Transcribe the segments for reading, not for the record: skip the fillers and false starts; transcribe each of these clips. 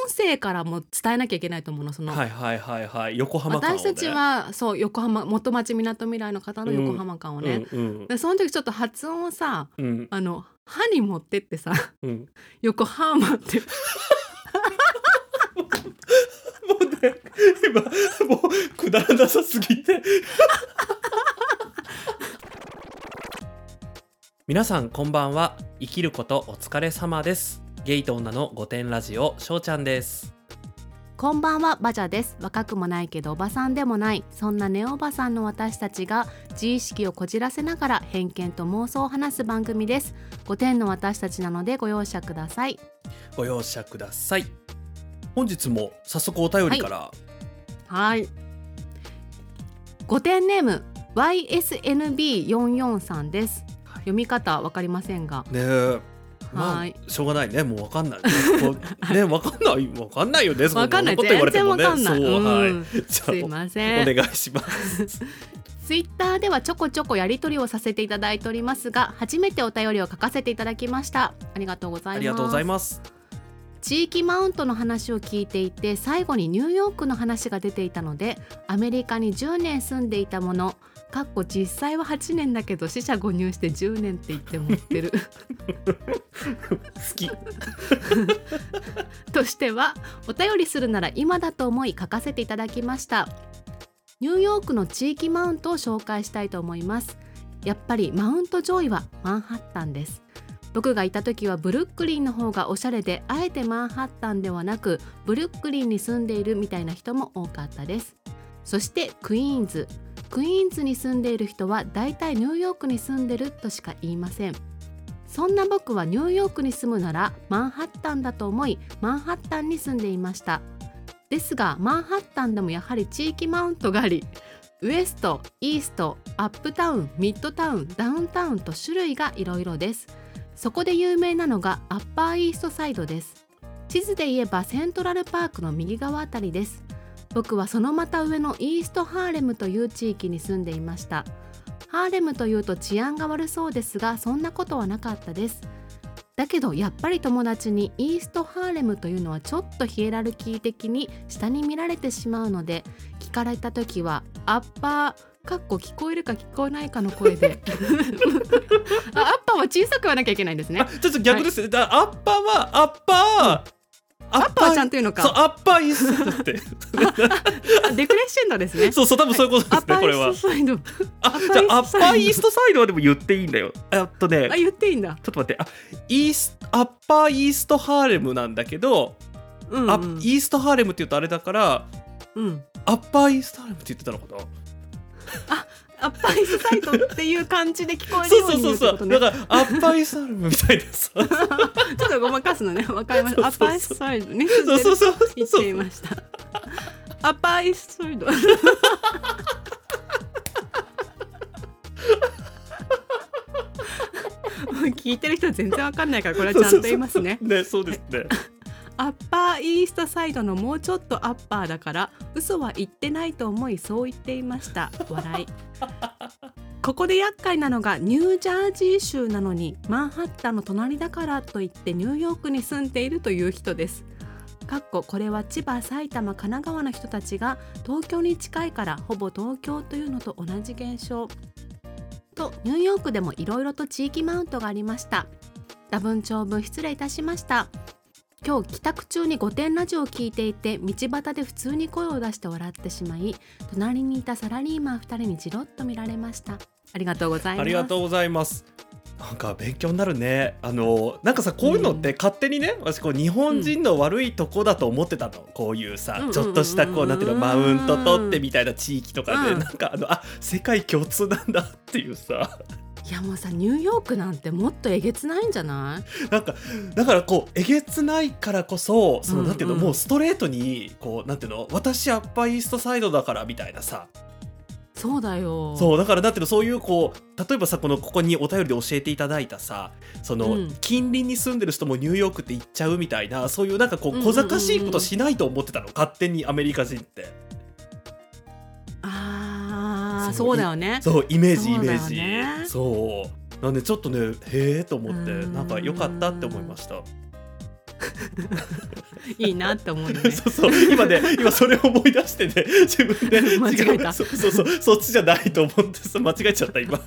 声からも伝えなきゃいけないと思うの。 はいはいはいはい。横浜感をね。 私たちはそう横浜元町みなとみらいの方の横浜感をね、でその時ちょっと発音をさ歯に持ってってさ横浜ってもうね今もうくだらなさすぎて皆さんこんばんは。生きることお疲れ様です。ゲイと女の御殿ラジオ、しょうちゃんです。 こんばんは、バジャです。若くもないけどおばさんでもない、そんなネオおばさんの私たちが自意識をこじらせながら偏見と妄想を話す番組です。御殿の私たちなのでご容赦ください。 ご容赦ください。本日も早速お便りからはい、御殿ネーム YSNB44 さんです。読み方わかりませんがねえ、まあ、しょうがないね。もうわかんないね。わかんないよね。 わかんない、 そんなこと言われてもね。 全然わかんない。 そう、はい。 すいません。 お願いします。 ツイッターではちょこちょこやり取りをさせていただいておりますが、初めてお便りを書かせていただきました。ありがとうございます。 ありがとうございます。 地域マウントの話を聞いていて、最後にニューヨークの話が出ていたので、アメリカに10年住んでいたもの実際は8年だけど四捨五入して10年って言って持ってる好きとしてはお便りするなら今だと思い書かせていただきました。ニューヨークの地域マウントを紹介したいと思います。やっぱりマウント上位はマンハッタンです。僕がいた時はブルックリンの方がおしゃれで、あえてマンハッタンではなくブルックリンに住んでいるみたいな人も多かったです。そしてクイーンズに住んでいる人はだいたいニューヨークに住んでるとしか言いません。そんな僕はニューヨークに住むならマンハッタンだと思い、マンハッタンに住んでいました。ですがマンハッタンでもやはり地域マウントがあり、ウエスト、イースト、アップタウン、ミッドタウン、ダウンタウンと種類がいろいろです。そこで有名なのがアッパーイーストサイドです。地図で言えばセントラルパークの右側あたりです。僕はそのまた上のイーストハーレムという地域に住んでいました。ハーレムというと治安が悪そうですが、そんなことはなかったです。だけどやっぱり友達にイーストハーレムというのはちょっとヒエラルキー的に下に見られてしまうので、聞かれた時はアッパー聞こえるか聞こえないかの声でアッパーは小さく言わなきゃいけないんですね。 ちょっと逆ですね、はい、アッパーはアッパーちゃんというのか。 そう、アッパーイーストだってデクレッシェンドですね。 そう多分そういうことですね、これは。じゃあアッパーイーストサイドはでも言っていいんだよ。言っていいんだ。ちょっと待って、アッパーイーストハーレムなんだけど、イーストハーレムって言うとあれだから、アッパーイーストハーレムって言ってたのかな。 アッパーイーストサイドっていう感じで聞こえるように言うってことね。 だからアッパーイーストハーレムみたいなさちょっとごまかすのね。わかりました。アッパーイーストサイドね。言っていました。アッパーイーストサイド聞いてる人全然わかんないから、これはちゃんと言いますね。 そうですね。 アッパーイーストサイドのもうちょっとアッパーだから嘘は言ってないと思い、そう言っていました。笑いここで厄介なのがニュージャージー州なのにマンハッタンの隣だからといってニューヨークに住んでいるという人です。これは千葉、埼玉、神奈川の人たちが東京に近いからほぼ東京というのと同じ現象と、ニューヨークでもいろいろと地域マウントがありました。多分長文失礼いたしました。今日帰宅中に御殿ラジオを聞いていて、道端で普通に声を出して笑ってしまい、隣にいたサラリーマン2人にじろっと見られました。ありがとうございます。 ありがとうございます。なんか勉強になるね。なんかさ、こういうのって勝手にね、私日本人の悪いとこだと思ってたの。こういうさ、ちょっとしたなんていうの、マウント取ってみたいな地域とかで、なんか世界共通なんだっていうさ。 いやもうさ、ニューヨークなんてもっとえげつないんじゃない？ なんかだからえげつないからこそ、なんていうの、もうストレートになんていうの、私アッパーイーストサイドだからみたいなさ。 そうだよ。 そうだからだってそういう例えばさ、ここにお便りで教えていただいたさ、近隣に住んでる人もニューヨークって行っちゃうみたいな、そういうなんか小賢しいことしないと思ってたの、勝手にアメリカ人って。 そうだよね。 そうイメージそうなんでちょっとね、へーと思って、なんか良かったって思いました。 いいなって思うよね。 そう今それを思い出してね、自分で間違えた。 そっちじゃないと思って間違えちゃった今。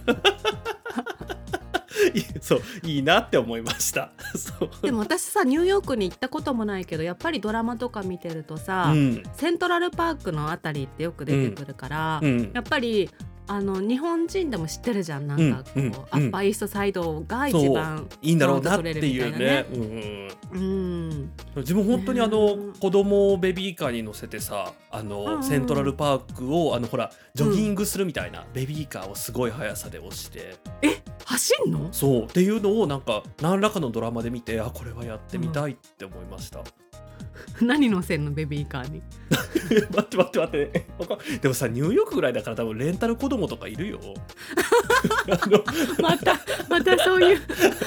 そういいなって思いました。 でも私さ、ニューヨークに行ったこともないけど、やっぱりドラマとか見てるとさ、セントラルパークのあたりってよく出てくるから、やっぱり日本人でも知ってるじゃん、なんかこう、アッパーイーストサイドが一番いいんだろうなっていうね。自分本当に子供をベビーカーに乗せてさ、セントラルパークをほらジョギングするみたいな、ベビーカーをすごい速さで押して、 走んの？ そうっていうのをなんか何らかのドラマで見て、これはやってみたいって思いました。 何乗せんのベビーカーに？ 待ってでもさ、ニューヨークぐらいだから多分レンタル子供とかいるよ。 またそういう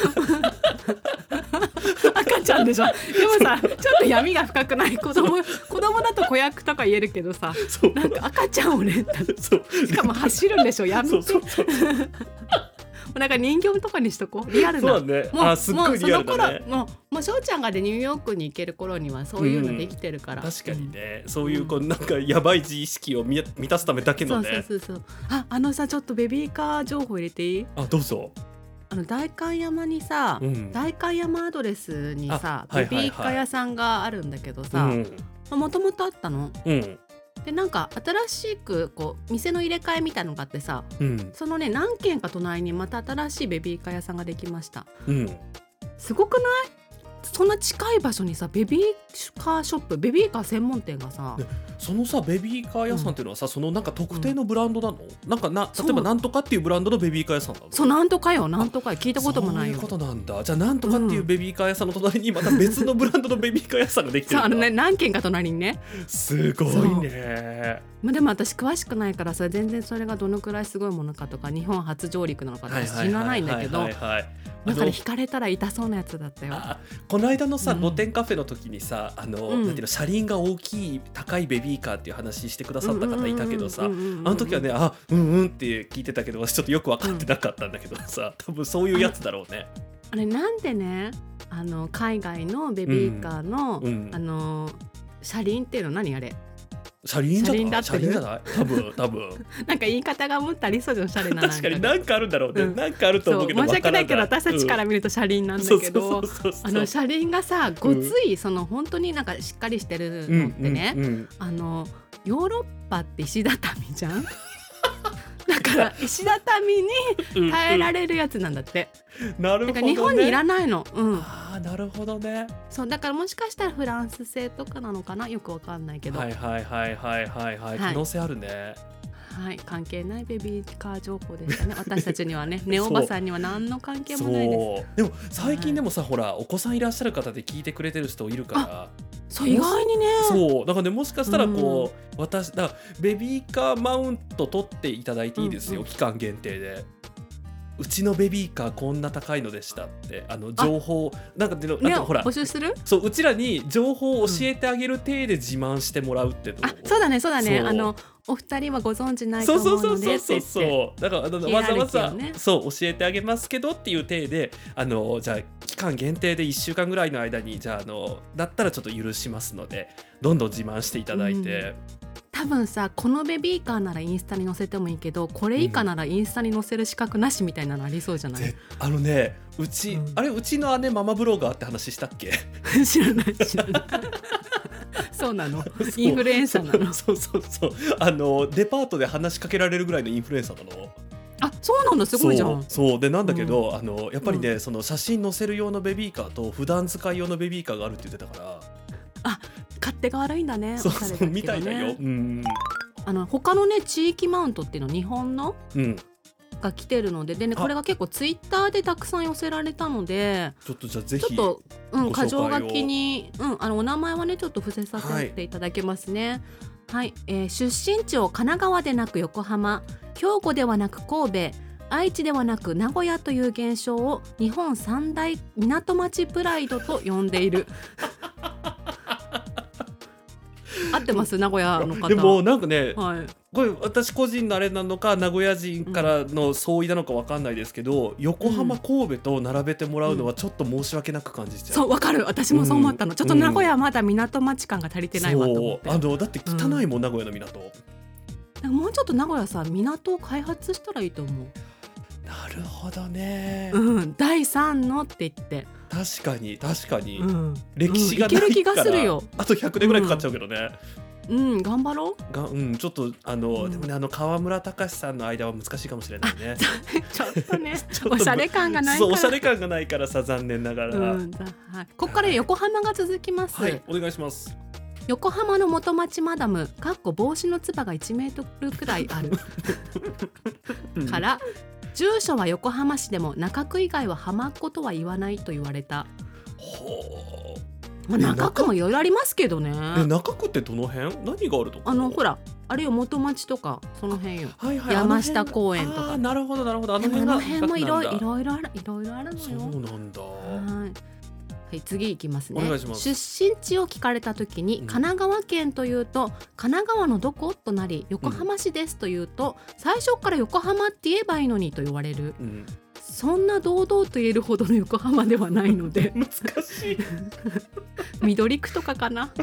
赤ちゃんでしょ。でもさ、ちょっと闇が深くない？子供だと子役とか言えるけどさ、なんか赤ちゃんをレンタル、しかも走るんでしょ。やめて。なんか人形とかにしとこう、リアルな。 そうね、すっごいリアルだね。 もう翔ちゃんがでニューヨークに行ける頃にはそういうのできてるから、 確かにね、そういうこうなんかやばい自意識を満たすためだけのね。 そうさ、ちょっとベビーカー情報入れていい？ どうぞ。 代官山にさ、代官山アドレスにさ、ベビーカー屋さんがあるんだけどさ、もともとあったの。でなんか新しくこう店の入れ替えみたいのがあってさ、そのね何軒か隣にまた新しいベビーカー屋さんができました。すごくない？そんな近い場所にさ、ベビーカーショップ、ベビーカー専門店がさ、 そのさベビーカー屋さんっていうのはさ、そのなんか特定のブランドなの？なんか例えばなんとかっていうブランドのベビーカー屋さんなの？ そう、なんとか聞いたこともないよ。 そういうことなんだ。じゃあなんとかっていうベビーカー屋さんの隣にまた別のブランドのベビーカー屋さんができてるんだ。 そう、何軒か隣にね。 すごいね。 でも私詳しくないからさ、全然それがどのくらいすごいものかとか、日本初上陸なのかとか知らないんだけど、だから惹かれたら痛そうなやつだったよ。 この間のさ、御殿カフェの時にさ、なんていうの、車輪が大きい高いベビーカーっていう話してくださった方いたけどさ、あの時はね、って聞いてたけど、私ちょっとよく分かってなかったんだけどさ、多分そういうやつだろうね。 あれなんでね、海外のベビーカーの、車輪っていうの何あれ？ 車輪じゃない？多分なんか言い方がもっとありそうでおしゃれな。 確かになんかあるんだろうね。なんかあると思うけど、 申し訳ないけど私たちから見ると車輪なんだけど、車輪がさ、ごつい、その本当になんかしっかりしてるのってね、ヨーロッパって石畳じゃん。だから石畳に耐えられるやつなんだって。 なるほどね。 だから日本にいらないの。 なるほどね。 そうだからもしかしたらフランス製とかなのかな、よくわかんないけど。 可能性あるね。 関係ないベビーカー情報でしたね。私たちにはね、ネオバさんには何の関係もないです。 でも最近でもさ、ほらお子さんいらっしゃる方で聞いてくれてる人いるから。 そう、意外にね。 そうだからね、もしかしたらこう、私だベビーカーマウント取っていただいていいですよ、期間限定で。うちのベビーカーこんな高いのでしたって情報なんかほら募集する？ そう、うちらに情報を教えてあげる体で自慢してもらうってどう？ そうだねお二人はご存知ないと思うのでって言って、 だからわざわざ、そう教えてあげますけどっていう体でじゃあ期間限定で1週間ぐらいの間にじゃあだったらちょっと許しますので、どんどん自慢していただいて。 多分さ、このベビーカーならインスタに載せてもいいけど、これ以下ならインスタに載せる資格なしみたいなのありそうじゃない？ うちの姉ママブロガーって話したっけ？ 知らないそうなの？インフルエンサーなの？ そうデパートで話しかけられるぐらいのインフルエンサーなの。 そうなんだ、すごいじゃん。 そうで、なんだけど、やっぱりね、その写真載せる用のベビーカーと普段使い用のベビーカーがあるって言ってたから。 勝手が悪いんだね。 そうみたいだよ。 他のね地域マウントっていうの日本の、が来てるので、これが結構ツイッターでたくさん寄せられたので、 ちょっとじゃあぜひ箇条書きに、お名前はねちょっと伏せさせていただけますね。出身地を神奈川でなく横浜、兵庫ではなく神戸、愛知ではなく名古屋という現象を日本三大港町プライドと呼んでいる。 合ってます名古屋の方。 でもなんかね、 はい、 これ私個人のあれなのか名古屋人からの相違なのか分かんないですけど、横浜神戸と並べてもらうのはちょっと申し訳なく感じちゃう。 そう分かる、私もそう思ったの、ちょっと名古屋はまだ港町感が足りてないわと思って。 そうだって汚いもん、名古屋の港。 もうちょっと名古屋さ港を開発したらいいと思う。 なるほどね、 第3のって言って確かに、歴史がないから、 いける気がするよ。 あと100年ぐらいかかっちゃうけどね。 頑張ろう。 ちょっとでもね、河村隆さんの間は難しいかもしれないね。 ちょっとねおしゃれ感がないから。 そう、おしゃれ感がないからさ、残念ながら。はい、 ここから横浜が続きます。 はい、お願いします。 横浜の元町マダム帽子のつばが1メートルくらいあるから、住所は横浜市でも中区以外は浜っ子とは言わないと言われた。中区もいろいろありますけどね。 中区ってどの辺？何があるとか？ ほらあれよ、元町とかその辺よ、山下公園とか。 なるほど、あの辺もいろいろあるのよ。 そうなんだ。 はい、次いきますね。 お願いします。 出身地を聞かれた時に、神奈川県というと神奈川のどことなり、横浜市ですというと、最初から横浜って言えばいいのにと言われる。そんな堂々と言えるほどの横浜ではないので難しい緑区とかかな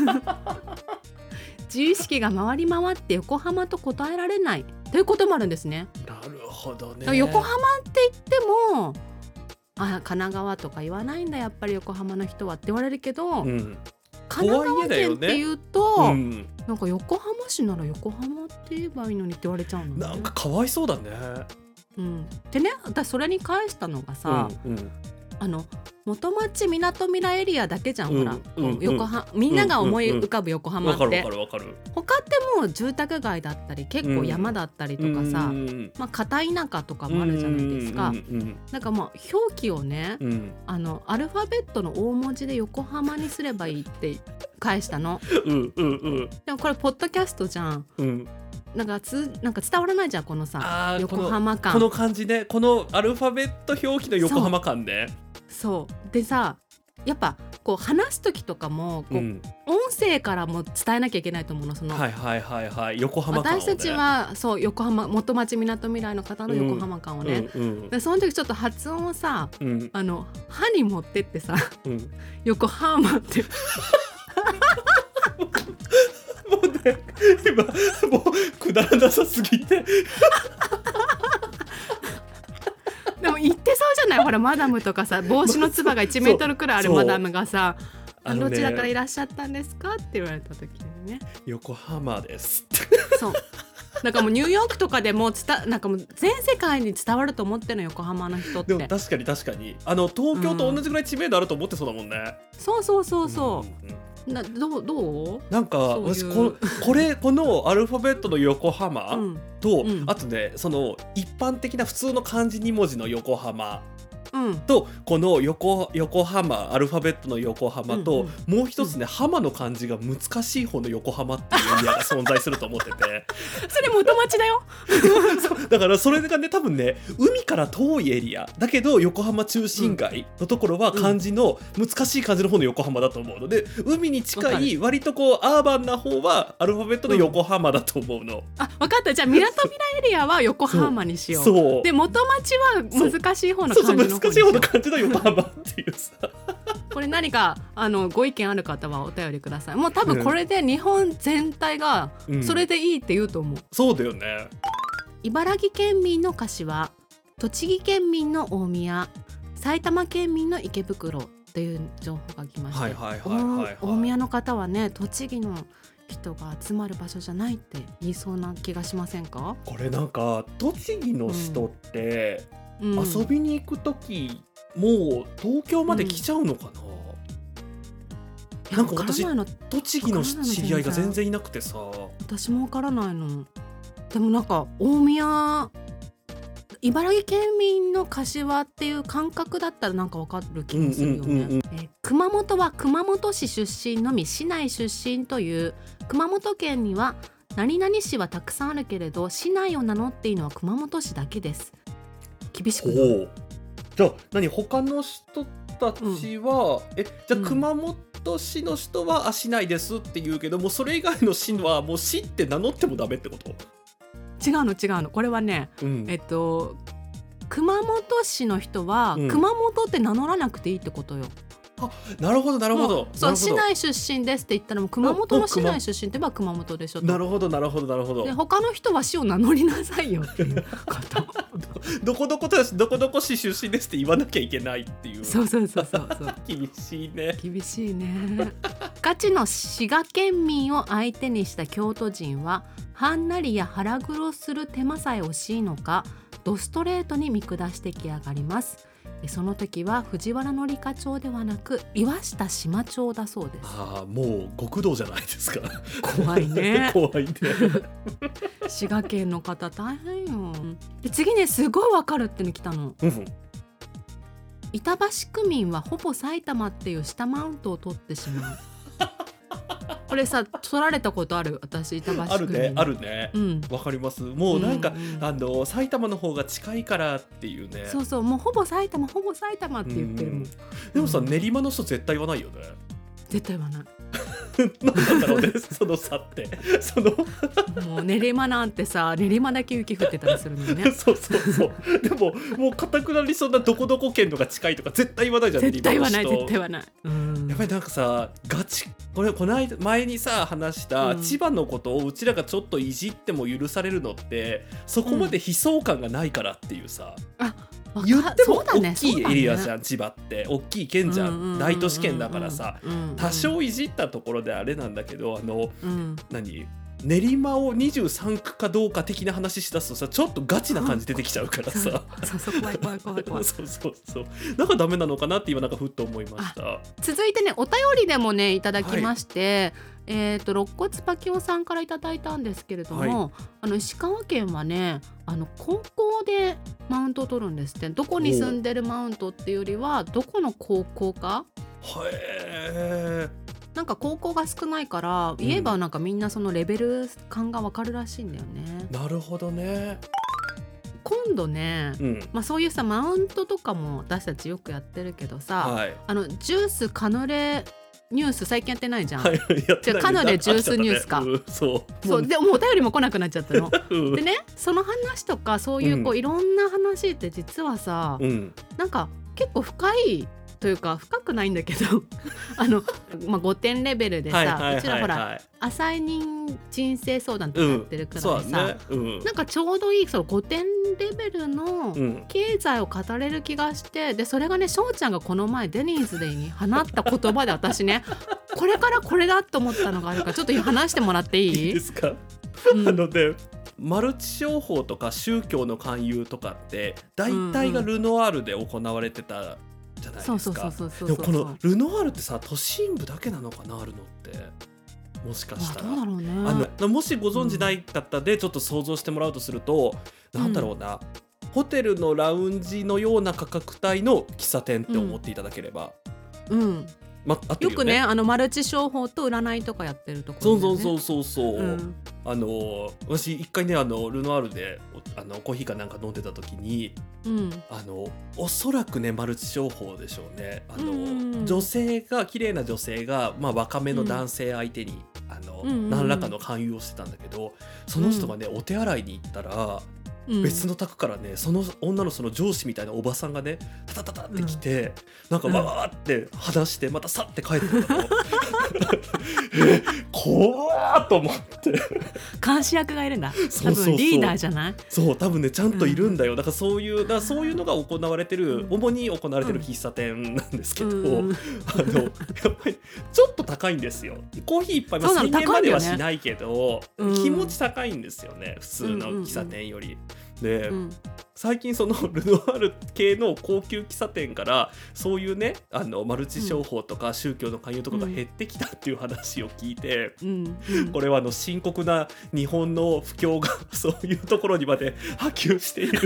自意識が回り回って横浜と答えられないということもあるんですね。 なるほどね。 横浜って言っても神奈川とか言わないんだやっぱり横浜の人はって言われるけど、神奈川県って言うと、なんか横浜市なら横浜って言えばいいのにって言われちゃうのね。 なんかかわいそうだね。 でね、私それに返したのがさ、元町みなとみらエリアだけじゃん、ほら、横浜、みんなが思い浮かぶ横浜って、 わかる。 他ってもう住宅街だったり結構山だったりとかさ、片田舎とかもあるじゃないですか。なんか表記をね、アルファベットの大文字で横浜にすればいいって返したの。でもこれポッドキャストじゃん。なんか伝わらないじゃん、このさ横浜感、 この感じね、このアルファベット表記の横浜感ね。 そうでさ、やっぱこう話す時とかもこう、音声からも伝えなきゃいけないと思うの、その横浜感をね。 私たちはそう横浜、元町みなとみらいの方の横浜感をね、でその時ちょっと発音をさ、歯に持ってってさ、横浜ってもうね、今もうくだらなさすぎてでも言ってそうじゃない、ほらマダムとかさ、帽子のつばが1メートルくらいあるマダムがさ、どちらからいらっしゃったんですかって言われた時にね、 横浜ですそうなんかもうニューヨークとかでもなんかもう全世界に伝わると思ってるの、横浜の人って。 でも確かに東京と同じぐらい知名度あると思ってそうだもんね。 そう、どうなんか私このアルファベットの横浜と、あとね、その一般的な普通の漢字2文字の横浜と、この横浜アルファベットの横浜と、もう一つね、浜の漢字が難しい方の横浜っていうエリアが存在すると思っててそれ元町だよだからそれがね、多分ね、海から遠いエリアだけど横浜中心街のところは漢字の、難しい漢字の方の横浜だと思うので、海に近い割とこうアーバンな方はアルファベットの横浜だと思うの。 分かった、じゃあみなとみらエリアは横浜にしよう。で元町は難しい方の漢字の難しい方の漢字の横浜っていうさこれ何かご意見ある方はお便りください。もう多分これで日本全体がそれでいいって言うと思う。 そうだよね。 茨城県民の柏、栃木県民の大宮、埼玉県民の池袋という情報が来まして、大宮の方はね、栃木の人が集まる場所じゃないって言いそうな気がしませんか？ これなんか栃木の人って、遊びに行くときもう東京まで来ちゃうのかな。なんか私栃木の知り合いが全然いなくてさ。 私もわからないの。でもなんか大宮、茨城県民の柏っていう感覚だったらなんかわかる気がするよね。熊本は熊本市出身のみ市内出身という、熊本県には何々市はたくさんあるけれど市内を名乗っているのは熊本市だけです。厳しくない？ じゃあ何、他の人たちは、じゃあ熊本本市の人は市内ですって言うけども、それ以外の市はもう市って名乗ってもダメってこと？ 違うのこれはね、熊本市の人は、熊本って名乗らなくていいってことよ。 なるほど。 そう、市内出身ですって言ったらもう熊本の市内出身って言えば熊本でしょと。 なるほどで、 他の人は市を名乗りなさいよっていうことどこどこ市出身ですって言わなきゃいけないっていう。 そう厳しいね。 ガチの滋賀県民を相手にした京都人は、はんなりや腹黒する手間さえ惜しいのか、ドストレートに見下してきやがります。その時は藤原紀香町ではなく岩下島町だそうです。 もう極道じゃないですか。 怖いね怖いね滋賀県の方大変よ。で次ね、すごいわかるっての来たの。板橋区民はほぼ埼玉っていう下マウントを取ってしまう。これさ、取られたことある？私板橋区民。 あるね。わかります。もうなんか、埼玉の方が近いからっていうね。 そう、もうほぼ埼玉って言ってるもん。 でもさ、練馬の人絶対言わないよね。 絶対言わない。 何なんだろうね、その差って。 もう練馬なんてさ、練馬だけ雪降ってたりするのね。 そうでももう堅くなりそうなどこどこ県のが近いとか絶対言わないじゃん。 絶対言わない。 やっぱりなんかさ、この間前にさ話した千葉のことをうちらがちょっといじっても許されるのって、そこまで悲壮感がないからっていうさ。言っても大きいエリアじゃん、千葉って大きい県じゃん、大都市圏だからさ、多少いじったところであれなんだけど、練馬を23区かどうか的な話しだすとさ、ちょっとガチな感じ出てきちゃうからさ、 怖いそうなんかダメなのかなって今なんかふっと思いました。 続いてね、お便りでもねいただきまして、肋骨パキオさんからいただいたんですけれども、石川県はね、高校でマウントを取るんですって。どこに住んでるマウントっていうよりはどこの高校か。なんか高校が少ないから言えばなんかみんなそのレベル感が分かるらしいんだよね。 なるほどね。 今度ね、そういうさマウントとかも私たちよくやってるけどさ、ジュースカヌレニュース最近やってないじゃん。じゃあカヌレジュースニュースか。そうでもお便りも来なくなっちゃったの。でね、その話とかそういういろんな話って実はさ、なんか結構深いというか深くないんだけど5点レベルでさ、うちらほら浅い人生相談とかやってるからさ、なんかちょうどいいその5点レベルの経済を語れる気がして、でそれがね、翔ちゃんがこの前デニーズで放った言葉で私ねこれからこれだと思ったのがあるから、ちょっと話してもらっていい？ いいですか？マルチ商法とか宗教の勧誘とかって大体がルノワールで行われてたじゃないですか。でもこのルノワールってさ、都心部だけなのかな、あるのって。もしかしたらどうだろうね。 もしご存知ない方でちょっと想像してもらうとすると、なんだろうな、ホテルのラウンジのような価格帯の喫茶店って思っていただければ、 よくね、マルチ商法と占いとかやってるところだよね。 そう、私一回ね、ルノワールでコーヒーかなんか飲んでた時に、おそらくねマルチ商法でしょうね。女性が綺麗な女性が、若めの男性相手に、何らかの勧誘をしてたんだけど、その人がね、お手洗いに行ったら、別の宅からね、その女のその上司みたいなおばさんがねタタタタって来て、なんかわーって話してまたさって帰ってたの。怖ーと思って監視役がいるんだ。多分リーダーじゃない？ そう多分ねちゃんといるんだよ。だからそういうのが行われてる、主に行われてる喫茶店なんですけど、やっぱりちょっと高いんですよ。コーヒー一杯も1000円まではしないけど、気持ち高いんですよね、普通の喫茶店より。で、最近そのルノワール系の高級喫茶店からそういうね、マルチ商法とか宗教の勧誘とかが減ってきたっていう話を聞いて、これは深刻な日本の不況がそういうところにまで波及している。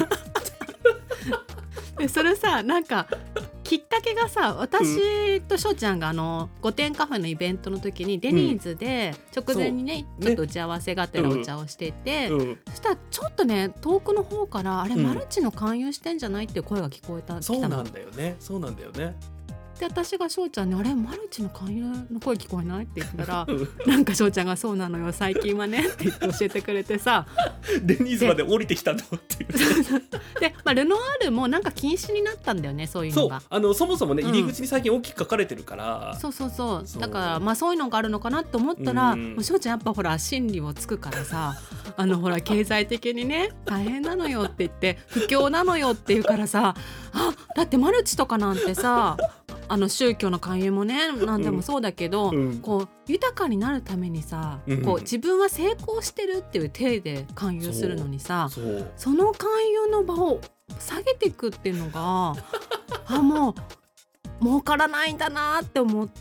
それさ、なんかきっかけがさ、私と翔ちゃんが御殿カフェのイベントの時にデニーズで直前にね、ちょっと打ち合わせがてらお茶をしてて、そしたらちょっとね遠くの方からあれ、マルチの勧誘してんじゃないっていう声が聞こえた。 そうなんだよね。 で私が翔ちゃんにあれマルチの勧誘の声聞こえないって言ったらなんか翔ちゃんがそうなのよ最近はねって言って教えてくれてさデニーズまで降りてきたのっていうで、ルノワールもなんか禁止になったんだよねそういうのが。 そうそもそもね、入り口に最近大きく書かれてるから、 そうだからそういうのがあるのかなと思ったら、翔ちゃんやっぱほら心理をつくからさほら経済的にね大変なのよって言って不況なのよって言うからさだってマルチとかなんてさ宗教の勧誘もね何でもそうだけど、こう豊かになるためにさ、こう自分は成功してるっていう体で勧誘するのにさ、その勧誘の場を下げていくっていうのがもう儲からないんだなって思って。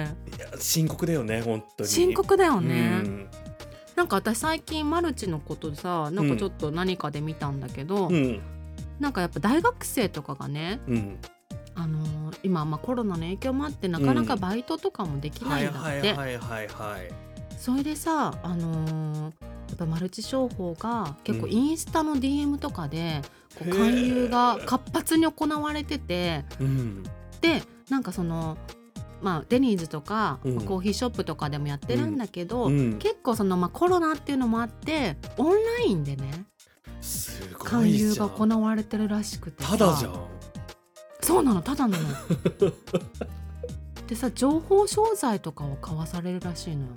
いや深刻だよね本当に。 深刻だよね、なんか私最近マルチのことさなんかちょっと何かで見たんだけど、なんかやっぱ大学生とかがね、今コロナの影響もあってなかなかバイトとかもできないんだって。それでさやっぱマルチ商法が結構インスタの DM とかでこう勧誘が活発に行われてて、でなんかそのデニーズとか、コーヒーショップとかでもやってるんだけど、結構そのコロナっていうのもあってオンラインでねすごい勧誘が行われてるらしくてさ。 ただじゃん。 そうなのただなのでさ情報商材とかを買わされるらしいのよ。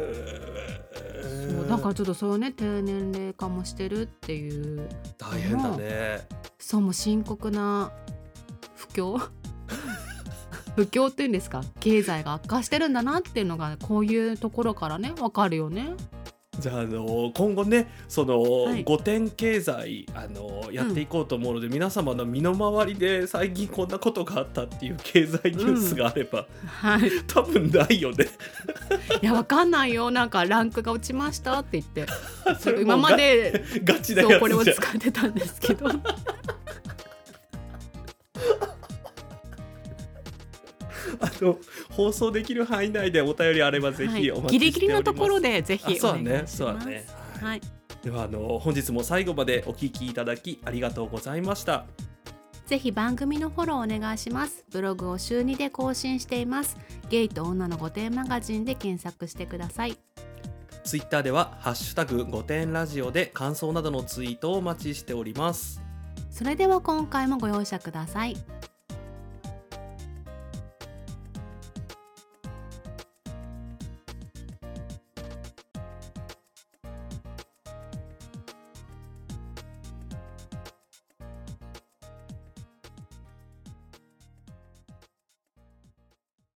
そうだからちょっとそうね低年齢化もしてるっていう。 大変だね。 そうもう深刻な不況不況っていうんですか経済が悪化してるんだなっていうのがこういうところからね分かるよね。 じゃあ今後ねその5点経済やっていこうと思うので、皆様の身の回りで最近こんなことがあったっていう経済ニュースがあれば、多分ないよねいやわかんないよなんかランクが落ちましたって言ってそれ今までガチなやつじゃん。 これを使ってたんですけど放送できる範囲内でお便りあればぜひお待ちしております。 ギリギリのところでぜひお願いします。 そうだね。では本日も最後までお聞きいただきありがとうございました。 ぜひ番組のフォローお願いします。ブログを週2で更新しています。ゲイと女の御殿マガジンで検索してください。 ツイッターではハッシュタグ御殿ラジオで感想などのツイートをお待ちしております。 それでは今回もご容赦ください。